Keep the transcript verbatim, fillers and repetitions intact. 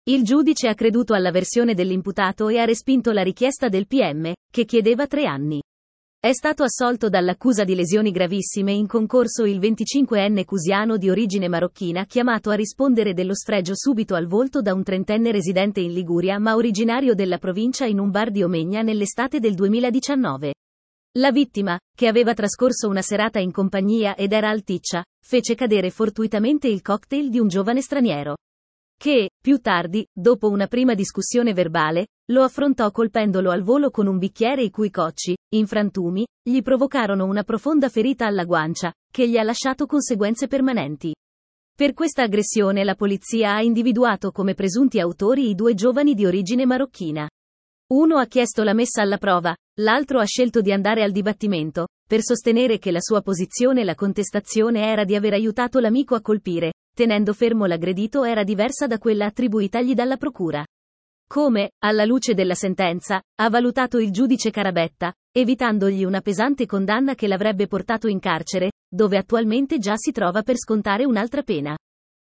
Il giudice ha creduto alla versione dell'imputato e ha respinto la richiesta del P M, che chiedeva tre anni. È stato assolto dall'accusa di lesioni gravissime in concorso il venticinquenne cusiano di origine marocchina chiamato a rispondere dello sfregio subito al volto da un trentenne residente in Liguria ma originario della provincia in un bar di Omegna nell'estate del duemiladiciannove. La vittima, che aveva trascorso una serata in compagnia ed era alticcia, fece cadere fortuitamente il cocktail di un giovane straniero. Che, più tardi, dopo una prima discussione verbale, lo affrontò colpendolo al volo con un bicchiere i cui cocci, in frantumi, gli provocarono una profonda ferita alla guancia, che gli ha lasciato conseguenze permanenti. Per questa aggressione la polizia ha individuato come presunti autori i due giovani di origine marocchina. Uno ha chiesto la messa alla prova, l'altro ha scelto di andare al dibattimento, per sostenere che la sua posizione e la contestazione era di aver aiutato l'amico a colpire, tenendo fermo l'aggredito era diversa da quella attribuitagli dalla procura. Come, alla luce della sentenza, ha valutato il giudice Carabetta, evitandogli una pesante condanna che l'avrebbe portato in carcere, dove attualmente già si trova per scontare un'altra pena.